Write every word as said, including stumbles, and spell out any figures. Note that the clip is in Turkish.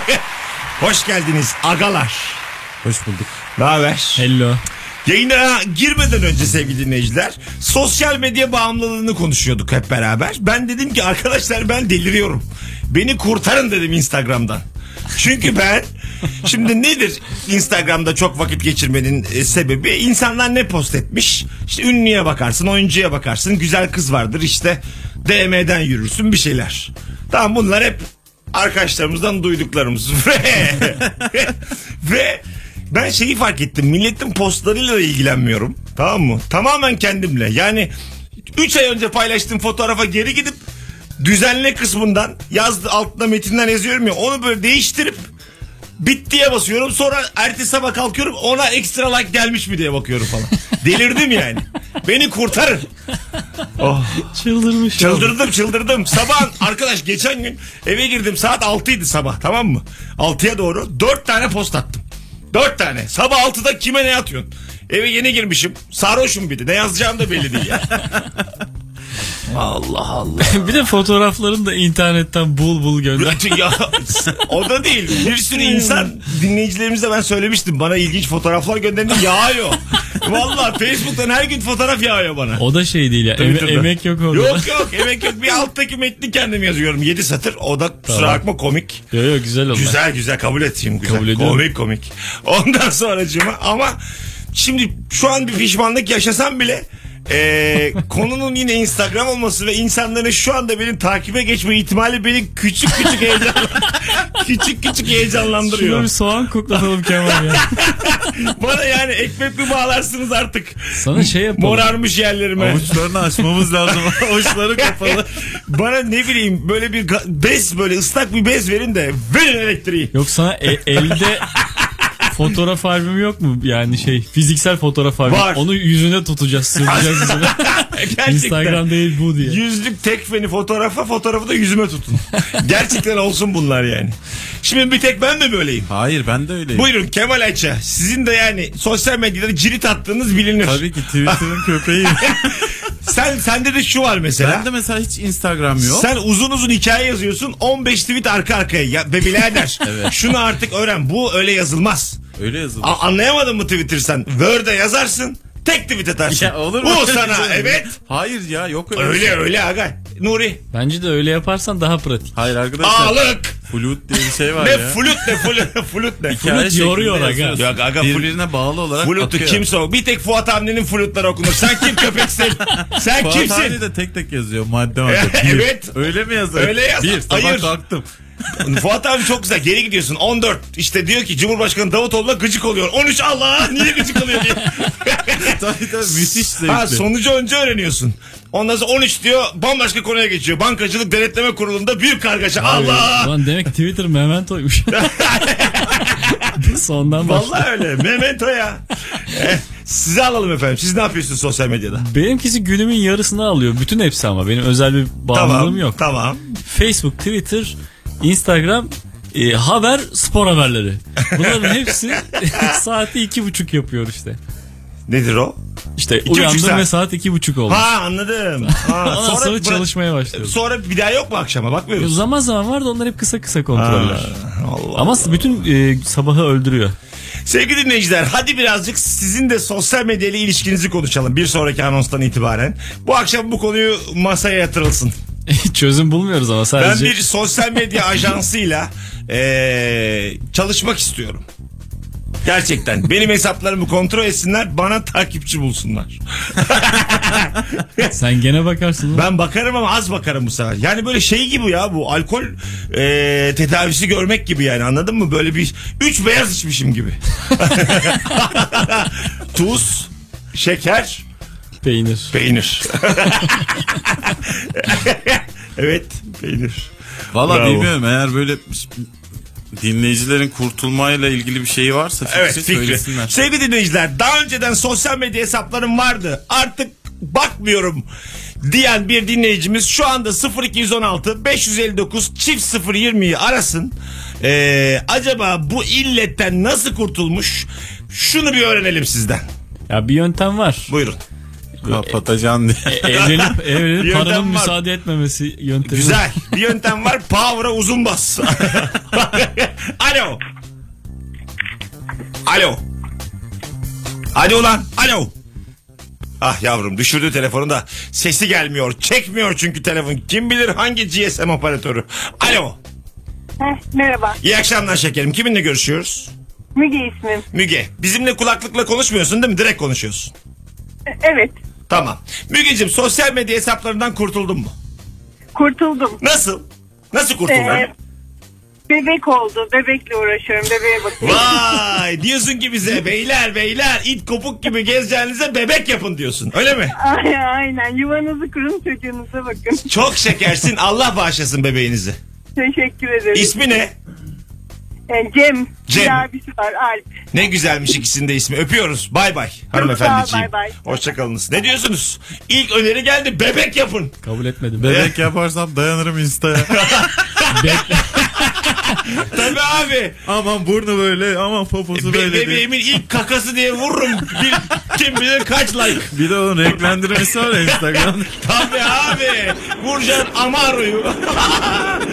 Hoş geldiniz agalar. Hoş bulduk. Ne haber? Hello. Yayına girmeden önce sevgili dinleyiciler, sosyal medya bağımlılığını konuşuyorduk hep beraber. Ben dedim ki arkadaşlar ben deliriyorum. Beni kurtarın dedim Instagram'dan. Çünkü ben şimdi nedir Instagram'da çok vakit geçirmenin e, sebebi? İnsanlar ne post etmiş? İşte ünlüye bakarsın, oyuncuya bakarsın, güzel kız vardır işte D M'den yürürsün bir şeyler. Tamam, bunlar hep arkadaşlarımızdan duyduklarımız. Ve, ve ben şeyi fark ettim, milletin postlarıyla da ilgilenmiyorum, tamam mı? Tamamen kendimle. Yani üç ay önce paylaştığım fotoğrafa geri gidip düzenle kısmından yazdı, altına metinden yazıyorum ya, onu böyle değiştirip bittiye basıyorum, sonra ertesi sabah kalkıyorum ona ekstra like gelmiş mi diye bakıyorum falan. Delirdim yani. Beni kurtarın. Oh. Çıldırmış. Çıldırdım çıldırdım. Sabah arkadaş geçen gün eve girdim, saat altıydı sabah, tamam mı? altıya doğru dört tane post attım. Dört tane. Sabah altıda kime ne atıyorsun? Eve yeni girmişim. Sarhoşum bir de. Ne yazacağım da belli değil ya. Allah Allah. Bir de fotoğraflarını da internetten bul bul gönder. Ya, o da değil. Bir sürü insan, dinleyicilerimize ben söylemiştim. Bana ilginç fotoğraflar gönderdi. Yağıyor. Vallahi Facebook'tan her gün fotoğraf yağıyor bana. O da şey değil ya. Eme- emek yok orada. Yok yok emek yok. Bir alttaki metni kendim yazıyorum. Yedi satır. O da kusura Tamam. bakma komik. Yok yok güzel oldu. Güzel güzel kabul edeyim. Güzel. Kabul ediyorum. Komik komik. Ondan sonracığıma ama şimdi şu an bir pişmanlık yaşasam bile Ee, konunun yine Instagram olması ve insanların şu anda benim takibe geçme ihtimali beni küçük küçük heyecan küçük küçük heyecanlandırıyor. Şuna bir soğan koklatalım Kemal ya. Bana yani ekmek mi bağlarsınız artık? Sana şey yapalım. Morarmış yerlerime. Avuçlarını açmamız lazım. Avuçları kapalı. Bana ne bileyim böyle bir ga- bez, böyle ıslak bir bez verin de verin elektriği. Yok sana e- elde fotoğraf albümü yok mu? Yani şey fiziksel fotoğraf albümü. Var. Onu yüzüne tutacağız. Sığdıracağız yüzüne. Gerçekten. Instagram değil bu diye. Yüzlük tekfeni fotoğrafa, fotoğrafı da yüzüme tutun. Gerçekten olsun bunlar yani. Şimdi bir tek ben mi böyleyim? Hayır, ben de öyleyim. Buyurun Kemal Ayça. Sizin de yani sosyal medyada cirit attığınız bilinir. Tabii ki Twitter'ın köpeği. Sen sende de şu var mesela. Ben de mesela hiç Instagram yok. Sen uzun uzun hikaye yazıyorsun, on beş tweet arka arkaya. Ya be birader. Evet. Şunu artık öğren. Bu öyle yazılmaz. Öyle yazılır. A- anlayamadın mı Twitter sen? Word'e yazarsın, tek tweet atarsın. Ya olur mu? Bu sana evet. Hayır ya, yok öyle. Öyle şey. öyle aga. Nuri. Bence de öyle yaparsan daha pratik. Hayır arkadaşlar. Ağlık. Flüt diye bir şey var Ne ya. flüt ne flüt, flüt ne? Hikaye Flüt yoruyor şeklinde aga. yazıyorsun. Yok aga, flüt- Birbirine bağlı olarak Flütü akıyor. kimse o. Bir tek Fuat Hamdi'nin flütleri okunur. Sen kim köpeksin? Sen Fuat kimsin? abi de tek tek yazıyor madde madde. Bir. Evet. Öyle mi yazıyor? Öyle yaz. Bir sabah Hayır. kalktım. Fuat abi çok güzel. Geri gidiyorsun. on dört. İşte diyor ki Cumhurbaşkanı Davutoğlu'na gıcık oluyor. on üç Allah niye gıcık oluyor diye. Tabii tabii, müthiş zevkli. Ha, sonucu önce öğreniyorsun. Ondan sonra on üç diyor, bambaşka konuya geçiyor. Bankacılık Denetleme Kurulu'nda büyük kargaşa. Allah! Ulan demek ki Twitter mementoymuş. Sondan başla. Vallahi öyle. Memento ya. Eh, size alalım efendim. Siz ne yapıyorsunuz sosyal medyada? Benimkisi günümün yarısını alıyor. Bütün hepsi ama. Benim özel bir bağımlılığım Tamam. yok. Tamam. Facebook, Twitter, Instagram, e, haber, spor haberleri. Bunların hepsi saati iki buçuk yapıyor işte. Nedir o? İşte buçuk uyandım saat. ve saat iki buçuk oldu. Ha anladım. Ha, Ondan sonra bıra- çalışmaya başladım. Sonra bir daha yok mu akşama? Bakmıyor musun? Zaman zaman var da onlar hep kısa kısa kontroller. Ha, Allah Ama Allah. bütün e, sabahı öldürüyor. Sevgili dinleyiciler, hadi birazcık sizin de sosyal medya ile ilişkinizi konuşalım bir sonraki anonstan itibaren. Bu akşam bu konuyu masaya yatırılsın. Çözüm bulmuyoruz ama Ben sadece. bir sosyal medya ajansıyla eee, çalışmak istiyorum. Gerçekten. Benim hesaplarımı kontrol etsinler, bana takipçi bulsunlar. Sen gene bakarsın. Ben bakarım ama az bakarım bu sefer. Yani böyle şey gibi ya, bu alkol eee, tedavisi görmek gibi yani, anladın mı? Böyle bir üç beyaz içmişim gibi. Tuz, şeker, Peynir. peynir. Evet, peynir. Valla Bravo. bilmiyorum, eğer böyle dinleyicilerin kurtulmayla ilgili bir şey varsa fikri Evet, fikri. söylesinler. Sevgili dinleyiciler, daha önceden sosyal medya hesaplarım vardı, artık bakmıyorum diyen bir dinleyicimiz şu anda sıfır iki on altı beş yüz elli dokuz çift sıfır yirmiyi arasın. Ee, acaba bu illetten nasıl kurtulmuş? Şunu bir öğrenelim sizden. Ya bir yöntem var. Buyurun. Kapatacaksın diye. E, evlenip evlenip Yöntem paranın var. müsaade etmemesi yöntemi. Güzel. Bir yöntem var. Power'a uzun bas. Alo. Alo. Hadi ulan. Alo. Ah yavrum düşürdü telefonu da sesi gelmiyor. Çekmiyor çünkü telefon. Kim bilir hangi G S M operatörü. Alo. Heh, merhaba. İyi akşamlar şekerim. Kiminle görüşüyoruz? Müge ismim. Müge. Bizimle kulaklıkla konuşmuyorsun değil mi? Direkt konuşuyorsun. E- Evet. Tamam. Mügeciğim sosyal medya hesaplarından kurtuldun mu? Kurtuldum. Nasıl? Nasıl kurtuldun? Ee, bebek oldu. Bebekle uğraşıyorum. Bebeğe bakıyorum. Vay diyorsun ki bize beyler beyler it kopuk gibi gezeceğinize bebek yapın diyorsun. Öyle mi? Ay, aynen. Yuvanızı kurun, çocuğunuza bakın. Çok şekersin. Allah bağışlasın bebeğinizi. Teşekkür ederim. İsmi ne? Ee, Cem. Cem. Bir abisi var. Alp. Ne güzelmiş ikisinin de ismi. Öpüyoruz. Bay bay hanımefendiciğim. bay bay. Hoşçakalınız. Ne diyorsunuz? İlk öneri geldi. Bebek yapın. Kabul etmedim. Bebek yaparsam dayanırım Insta'ya. Bek- Tabii abi. Aman burnu böyle, aman poposu Be- böyle. değil. bebeğimin ilk kakası diye vururum. Bir, kim bilir kaç like. Bir de onun renklendirmesi var ya Instagram'da. Tabii abi. Vuracaksın Amaro'yu.